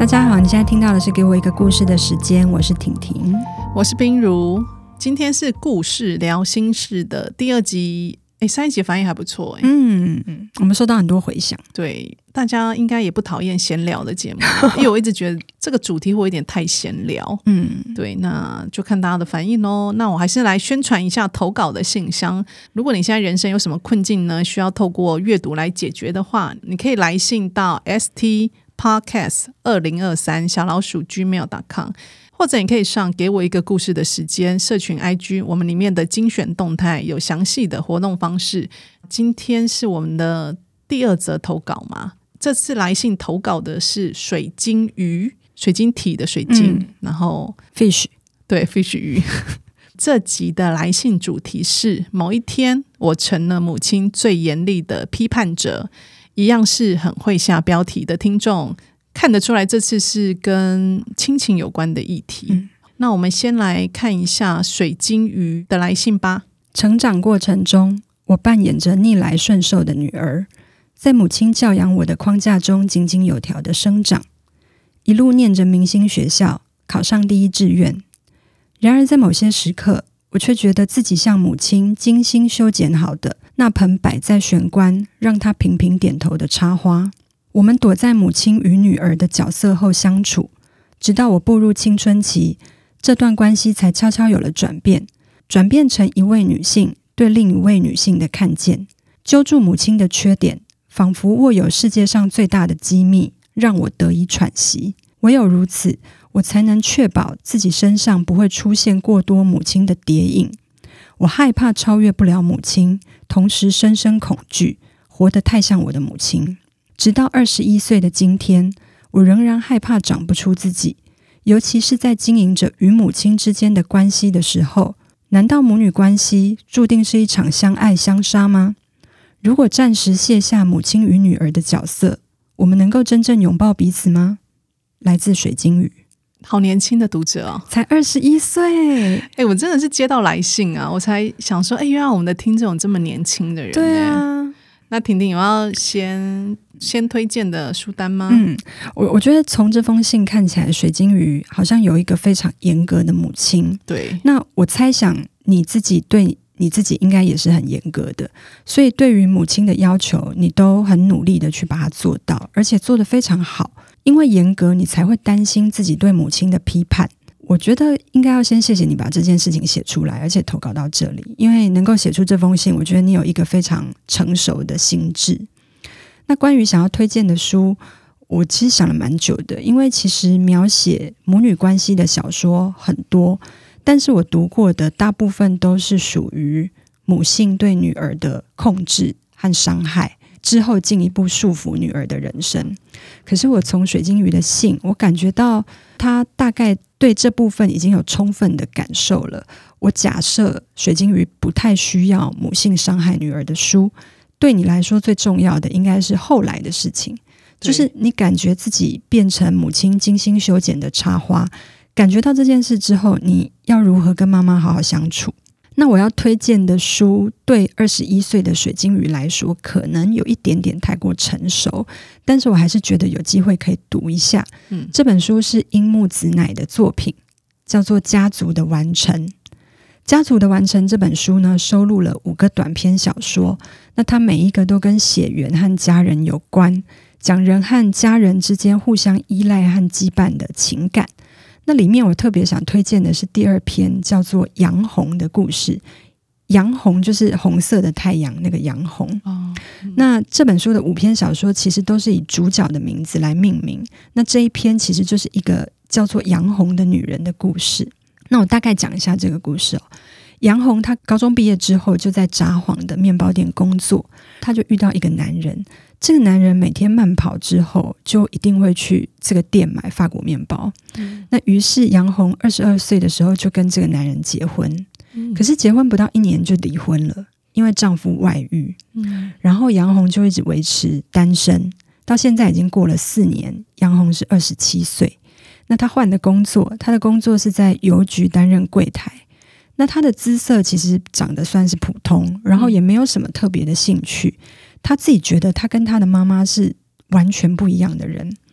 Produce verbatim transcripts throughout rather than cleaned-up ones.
大家好，你现在听到的是给我一个故事的时间，我是婷婷， 我是彬如。今天是故事聊心事的第二集，诶，上一集反应还不错。 嗯，我们收到很多回响， 对，大家应该也不讨厌闲聊的节目因为我一直觉得这个主题会有点太闲聊。嗯，对，那就看大家的反应咯。那我还是来宣传一下投稿的信箱，如果你现在人生有什么困境呢，需要透过阅读来解决的话，你可以来信到 S T podcast 二零二三 小老鼠 gmail 点 com， 或者你可以上给我一个故事的时间社群 I G， 我们里面的精选动态有详细的活动方式。今天是我们的第二则投稿嘛，这次来信投稿的是水晶鱼，水晶体的水晶、嗯、然后 fish， 对 fish 鱼这集的来信主题是某一天我成了母亲最严厉的批判者，一样是很会下标题的听众，看得出来这次是跟亲情有关的议题、嗯、那我们先来看一下水晶鱼的来信吧。 成长过程中，我扮演着逆来顺受的女儿，在母亲教养我的框架中井井有条的生长，一路念着明星学校，考上第一志愿。然而在某些时刻，我却觉得自己像母亲精心修剪好的那盆摆在玄关让她频频点头的插花。我们躲在母亲与女儿的角色后相处，直到我步入青春期，这段关系才悄悄有了转变，转变成一位女性对另一位女性的看见。揪住母亲的缺点，仿佛握有世界上最大的机密，让我得以喘息。唯有如此，我才能确保自己身上不会出现过多母亲的叠影。我害怕超越不了母亲，同时深深恐惧活得太像我的母亲。直到二十一岁的今天，我仍然害怕长不出自己，尤其是在经营着与母亲之间的关系的时候。难道母女关系注定是一场相爱相杀吗？如果暂时卸下母亲与女儿的角色，我们能够真正拥抱彼此吗？来自水晶鱼。 好年轻的读者哦， 才二十一岁。 哎、欸，我真的是接到来信啊，我才想说，哎、欸，原来我们的听众有这么年轻的人。 对啊， 那婷婷有要先先推荐的书单吗？ 嗯，我我觉得从这封信看起来，水晶鱼好像有一个非常严格的母亲。 对， 那我猜想你自己对你自己应该也是很严格的，所以对于母亲的要求，你都很努力的去把它做到，而且做得非常好。因为严格，你才会担心自己对母亲的批判。我觉得应该要先谢谢你把这件事情写出来，而且投稿到这里，因为能够写出这封信，我觉得你有一个非常成熟的心智。那关于想要推荐的书，我其实想了蛮久的，因为其实描写母女关系的小说很多，但是我读过的大部分都是属于母性对女儿的控制和伤害，之后进一步束缚女儿的人生。可是我从水晶鱼的信，我感觉到他大概对这部分已经有充分的感受了。我假设水晶鱼不太需要母性伤害女儿的书，对你来说最重要的应该是后来的事情，就是你感觉自己变成母亲精心修剪的插花，感觉到这件事之后，你要如何跟妈妈好好相处。那我要推荐的书对二十一岁的水晶鱼来说可能有一点点太过成熟，但是我还是觉得有机会可以读一下、嗯、这本书是樱木子乃的作品，叫做《家族的完成》。《家族的完成》这本书呢，收录了五个短篇小说，那它每一个都跟血缘和家人有关，讲人和家人之间互相依赖和羁绊的情感。那里面我特别想推荐的是第二篇，叫做杨红的故事。杨红就是红色的太阳那个杨红、哦嗯、那这本书的五篇小说其实都是以主角的名字来命名，那这一篇其实就是一个叫做杨红的女人的故事。那我大概讲一下这个故事哦。杨红她高中毕业之后就在札幌的面包店工作，她就遇到一个男人，这个男人每天慢跑之后就一定会去这个店买法国面包、嗯、那于是杨红二十二岁的时候就跟这个男人结婚、嗯、可是结婚不到一年就离婚了，因为丈夫外遇、嗯、然后杨红就一直维持单身，到现在已经过了四年，杨红是二十七岁。那她换的工作，她的工作是在邮局担任柜台，那她的姿色其实长得算是普通，然后也没有什么特别的兴趣，她自己觉得她跟她的妈妈是完全不一样的人。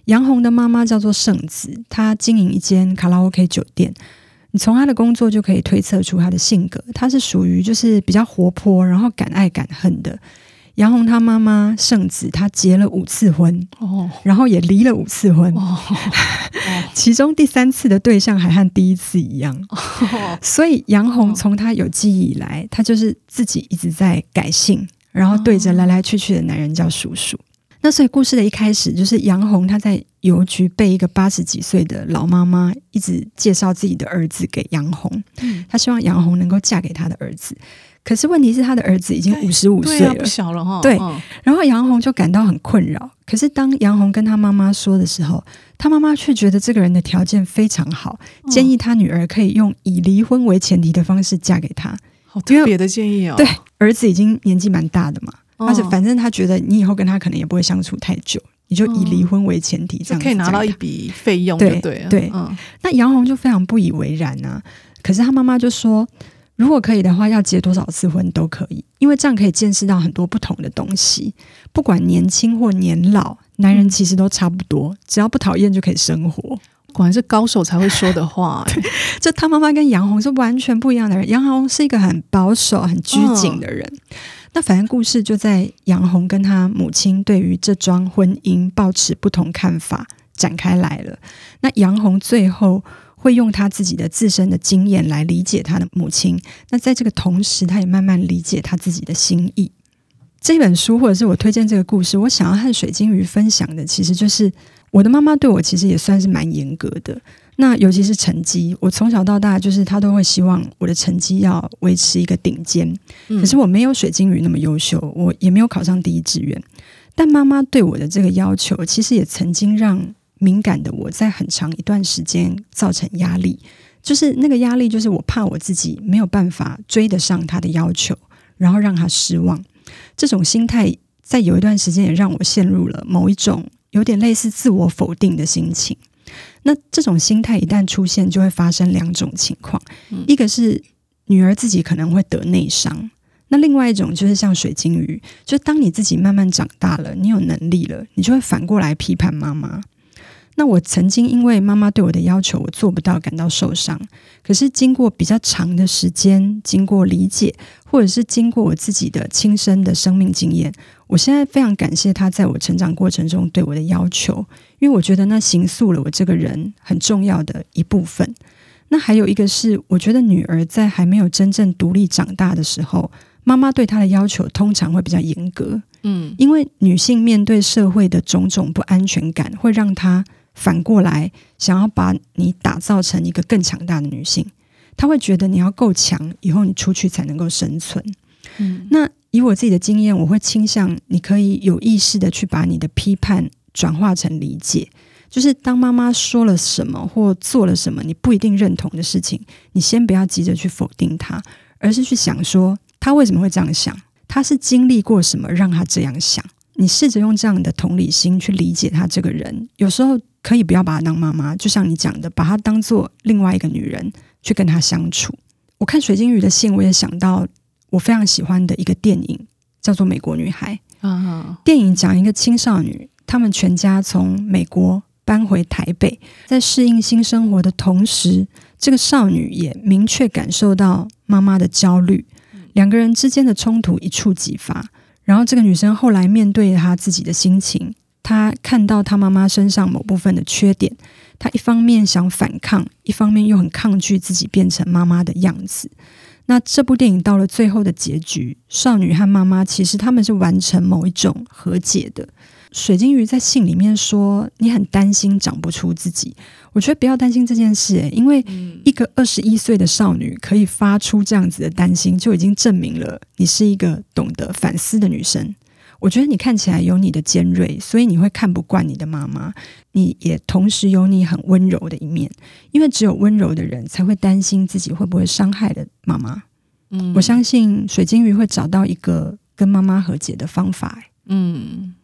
杨红的妈妈叫做圣子，她经营一间卡拉 OK 酒店。你从她的工作就可以推测出她的性格，她是属于就是比较活泼，然后敢爱敢恨的。杨红她妈妈圣子，她结了五次婚，哦，然后也离了五次婚，哦哦，其中第三次的对象还和第一次一样，哦，所以杨红从她有记忆以来，她就是自己一直在改姓，然后对着来来去去的男人叫叔叔。那所以故事的一开始就是杨红她在邮局被一个八十几岁的老妈妈一直介绍自己的儿子给杨红，嗯，她希望杨红能够嫁给她的儿子。可是问题是他的儿子已经五十五岁了， 对啊，不小了齁。 对，然后杨红就感到很困扰。可是当杨红跟他妈妈说的时候，他妈妈却觉得这个人的条件非常好，嗯，建议他女儿可以用以离婚为前提的方式嫁给他。 好特别的建议哦。 对，儿子已经年纪蛮大的嘛，嗯，而且反正他觉得你以后跟他可能也不会相处太久，你就以离婚为前提，这样子，嗯，就可以拿到一笔费用就对了。 对对，嗯，那杨红就非常不以为然啊。可是他妈妈就说，如果可以的话，要结多少次婚都可以，因为这样可以见识到很多不同的东西。不管年轻或年老，男人其实都差不多，只要不讨厌就可以生活。 果然是高手才会说的话，欸。 就他妈妈跟杨红是完全不一样的人。杨红是一个很保守、很拘谨的人。嗯，那反正故事就在杨红跟他母亲对于这桩婚姻抱持不同看法展开来了。那杨红最后会用他自己的自身的经验来理解他的母亲，那在这个同时他也慢慢理解他自己的心意。这本书或者是我推荐这个故事，我想要和水晶鱼分享的其实就是我的妈妈对我其实也算是蛮严格的，那尤其是成绩，我从小到大就是她都会希望我的成绩要维持一个顶尖，嗯，可是我没有水晶鱼那么优秀，我也没有考上第一志愿，但妈妈对我的这个要求其实也曾经让敏感的我在很长一段时间造成压力，就是那个压力就是我怕我自己没有办法追得上他的要求，然后让他失望。这种心态在有一段时间也让我陷入了某一种有点类似自我否定的心情。那这种心态一旦出现，就会发生两种情况，嗯，一个是女儿自己可能会得内伤，那另外一种就是像水晶鱼，就当你自己慢慢长大了，你有能力了，你就会反过来批判妈妈。那我曾经因为妈妈对我的要求我做不到感到受伤，可是经过比较长的时间，经过理解，或者是经过我自己的亲身的生命经验，我现在非常感谢她在我成长过程中对我的要求，因为我觉得那形塑了我这个人很重要的一部分。那还有一个是，我觉得女儿在还没有真正独立长大的时候，妈妈对她的要求通常会比较严格，嗯，因为女性面对社会的种种不安全感，会让她反过来想要把你打造成一个更强大的女性，她会觉得你要够强，以后你出去才能够生存。嗯，那以我自己的经验，我会倾向你可以有意识的去把你的批判转化成理解，就是当妈妈说了什么或做了什么你不一定认同的事情，你先不要急着去否定她，而是去想说她为什么会这样想，她是经历过什么让她这样想。你试着用这样的同理心去理解她这个人，有时候可以不要把她当妈妈，就像你讲的，把她当做另外一个女人去跟她相处。我看水晶鱼的信，我也想到我非常喜欢的一个电影，叫做《美国女孩》。uh-huh. 电影讲一个青少女，他们全家从美国搬回台北，在适应新生活的同时，这个少女也明确感受到妈妈的焦虑，两个人之间的冲突一触即发。然后这个女生后来面对她自己的心情，她看到她妈妈身上某部分的缺点，她一方面想反抗，一方面又很抗拒自己变成妈妈的样子。那这部电影到了最后的结局，少女和妈妈其实他们是完成某一种和解的。水晶鱼在信里面说，你很担心长不出自己，我觉得不要担心这件事、欸、因为一个二十一岁的少女可以发出这样子的担心，就已经证明了你是一个懂得反思的女生。我觉得你看起来有你的尖锐，所以你会看不惯你的妈妈，你也同时有你很温柔的一面，因为只有温柔的人才会担心自己会不会伤害了妈妈。嗯，我相信水晶鱼会找到一个跟妈妈和解的方法、欸。嗯，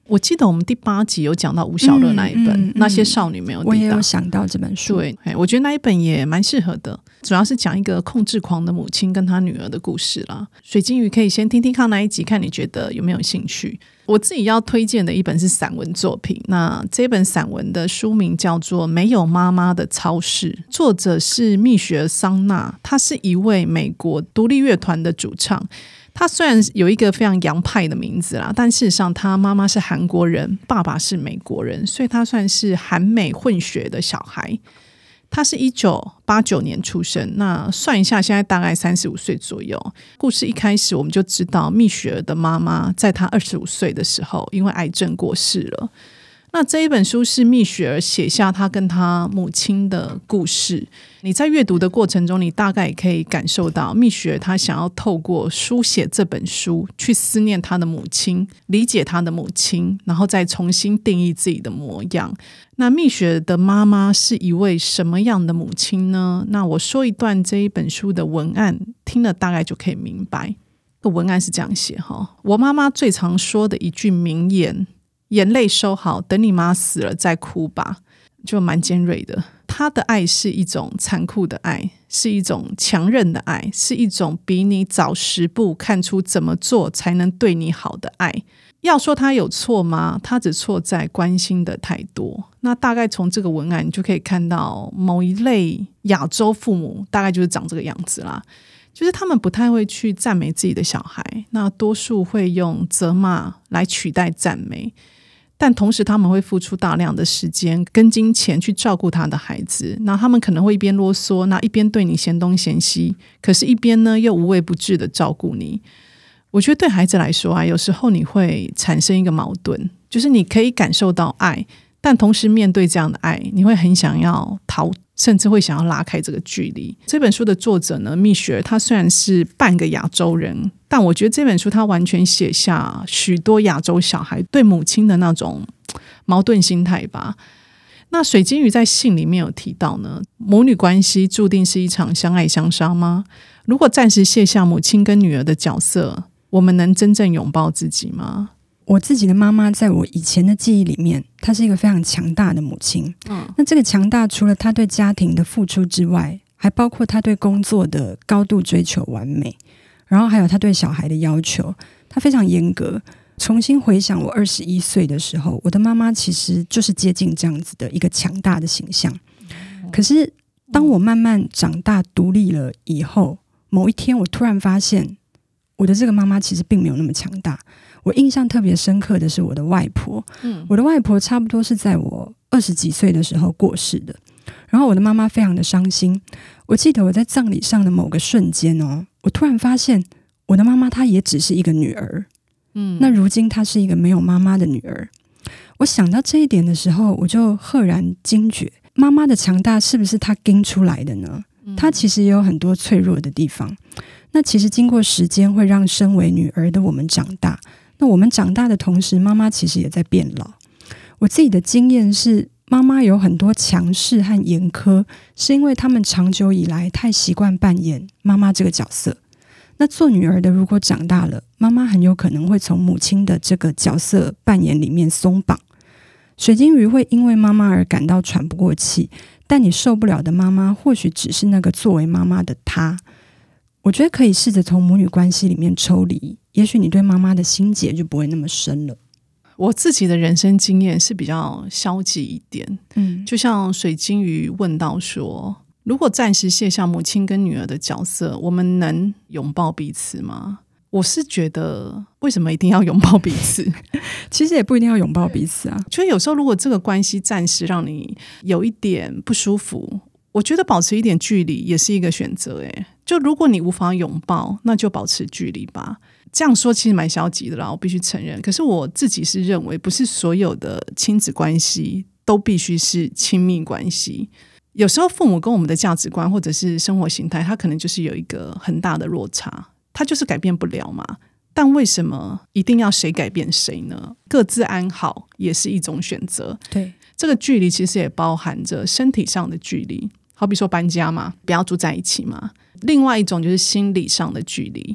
我记得我们第八集有讲到吴小乐那一本、嗯嗯、那些少女没有抵达， 我也有想到这本书。 对，我觉得那一本也蛮适合的，主要是讲一个控制狂的母亲跟她女儿的故事啦。水晶鱼可以先听听看那一集，看你觉得有没有兴趣。我自己要推荐的一本是散文作品，那这本散文的书名叫做《没有妈妈的超市》，作者是蜜雪儿桑娜，她是一位美国独立乐团的主唱。他虽然有一个非常洋派的名字啦，但事实上他妈妈是韩国人，爸爸是美国人，所以他算是韩美混血的小孩。他是一九八九年出生，那算一下现在大概三十五岁左右。故事一开始我们就知道蜜雪儿的妈妈在她二十五岁的时候因为癌症过世了。那这一本书是蜜雪儿写下她跟她母亲的故事，你在阅读的过程中你大概也可以感受到蜜雪儿她想要透过书写这本书去思念她的母亲，理解她的母亲，然后再重新定义自己的模样。那蜜雪儿的妈妈是一位什么样的母亲呢？那我说一段这一本书的文案，听了大概就可以明白。这个文案是这样写，我妈妈最常说的一句名言，眼泪收好，等你妈死了再哭吧，就蛮尖锐的。她的爱是一种残酷的爱，是一种强韧的爱，是一种比你早十步看出怎么做才能对你好的爱。要说她有错吗？她只错在关心的太多。那大概从这个文案你就可以看到某一类亚洲父母大概就是长这个样子啦，就是他们不太会去赞美自己的小孩，那多数会用责骂来取代赞美，但同时他们会付出大量的时间跟金钱去照顾他的孩子，那他们可能会一边啰嗦，那一边对你嫌东嫌西，可是一边呢又无微不至的照顾你。我觉得对孩子来说啊，有时候你会产生一个矛盾，就是你可以感受到爱，但同时面对这样的爱，你会很想要逃，甚至会想要拉开这个距离。这本书的作者呢，蜜雪儿，他虽然是半个亚洲人，但我觉得这本书他完全写下许多亚洲小孩对母亲的那种矛盾心态吧。那水晶鱼在信里面有提到呢，母女关系注定是一场相爱相杀吗？如果暂时卸下母亲跟女儿的角色，我们能真正拥抱自己吗？ 我自己的妈妈在我以前的记忆里面，她是一个非常强大的母亲、嗯、那这个强大除了她对家庭的付出之外，还包括她对工作的高度追求完美，然后还有她对小孩的要求，她非常严格。重新回想我二十一岁的时候，我的妈妈其实就是接近这样子的一个强大的形象。可是当我慢慢长大独立了以后，某一天我突然发现我的这个妈妈其实并没有那么强大。我印象特别深刻的是我的外婆、嗯、我的外婆差不多是在我二十几岁的时候过世的，然后我的妈妈非常的伤心。我记得我在葬礼上的某个瞬间哦，我突然发现我的妈妈她也只是一个女儿，嗯，那如今她是一个没有妈妈的女儿。我想到这一点的时候，我就赫然惊觉，妈妈的强大是不是她生出来的呢？她其实也有很多脆弱的地方。那其实经过时间会让身为女儿的我们长大，那我们长大的同时，妈妈其实也在变老。我自己的经验是，妈妈有很多强势和严苛，是因为他们长久以来太习惯扮演妈妈这个角色。那做女儿的如果长大了，妈妈很有可能会从母亲的这个角色扮演里面松绑。水晶鱼会因为妈妈而感到喘不过气，但你受不了的妈妈或许只是那个作为妈妈的她。我觉得可以试着从母女关系里面抽离，也许你对妈妈的心结就不会那么深了。 我自己的人生经验是比较消极一点，嗯，就像水晶鱼问到说，如果暂时卸下母亲跟女儿的角色，我们能拥抱彼此吗？我是觉得为什么一定要拥抱彼此？ 其实也不一定要拥抱彼此啊。 就有时候如果这个关系暂时让你有一点不舒服，我觉得保持一点距离也是一个选择。诶，就如果你无法拥抱，那就保持距离吧。这样说其实蛮消极的啦，我必须承认。可是我自己是认为，不是所有的亲子关系都必须是亲密关系。有时候父母跟我们的价值观或者是生活形态，它可能就是有一个很大的落差，它就是改变不了嘛。但为什么一定要谁改变谁呢？各自安好也是一种选择。 对， 这个距离其实也包含着身体上的距离，好比说搬家嘛，不要住在一起嘛。另外一种就是心理上的距离，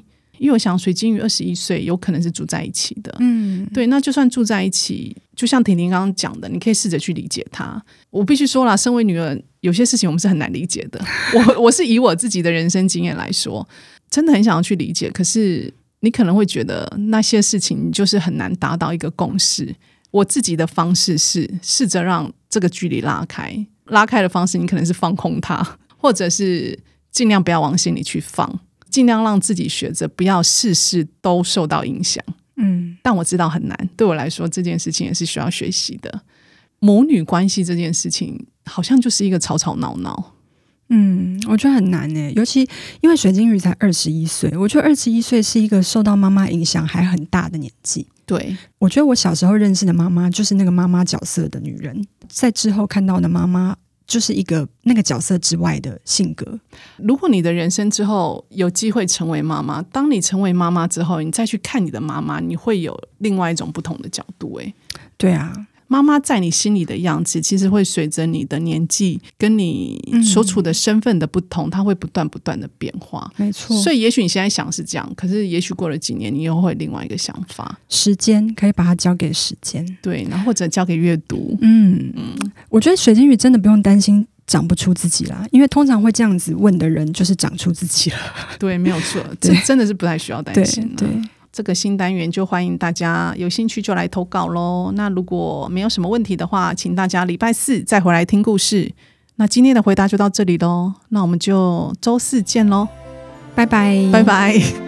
因为我想水晶鱼二十一岁有可能是住在一起的， 嗯， 对，那就算住在一起，就像婷婷刚刚讲的，你可以试着去理解他。我必须说啦，身为女儿，有些事情我们是很难理解的。我我是以我自己的人生经验来说，真的很想要去理解，可是你可能会觉得那些事情就是很难达到一个共识。我自己的方式是试着让这个距离拉开，拉开的方式你可能是放空它，或者是尽量不要往心里去放，尽量让自己学着不要事事都受到影响。嗯，但我知道很难，对我来说这件事情也是需要学习的。母女关系这件事情好像就是一个吵吵闹闹。 嗯，我觉得很难耶，尤其因为水晶鱼才二十一岁，我觉得二十一岁是一个受到妈妈影响还很大的年纪。 对， 我觉得我小时候认识的妈妈就是那个妈妈角色的女人，在之后看到的妈妈就是一个那个角色之外的性格。 如果你的人生之后有机会成为妈妈，当你成为妈妈之后，你再去看你的妈妈，你会有另外一种不同的角度。诶， 对啊， 妈妈在你心里的样子其实会随着你的年纪跟你所处的身份的不同、嗯、它会不断不断的变化。 没错， 所以也许你现在想是这样，可是也许过了几年你又会另外一个想法。 时间可以把它交给时间， 对，然后或者交给阅读。 嗯嗯，我觉得水晶鱼真的不用担心长不出自己啦，因为通常会这样子问的人就是长出自己了。 对，没有错，这真的是不太需要担心、啊、 对对， 这个新单元就欢迎大家有兴趣就来投稿咯。那如果没有什么问题的话，请大家礼拜四再回来听故事。那今天的回答就到这里咯，那我们就周四见咯， 拜拜， 拜拜。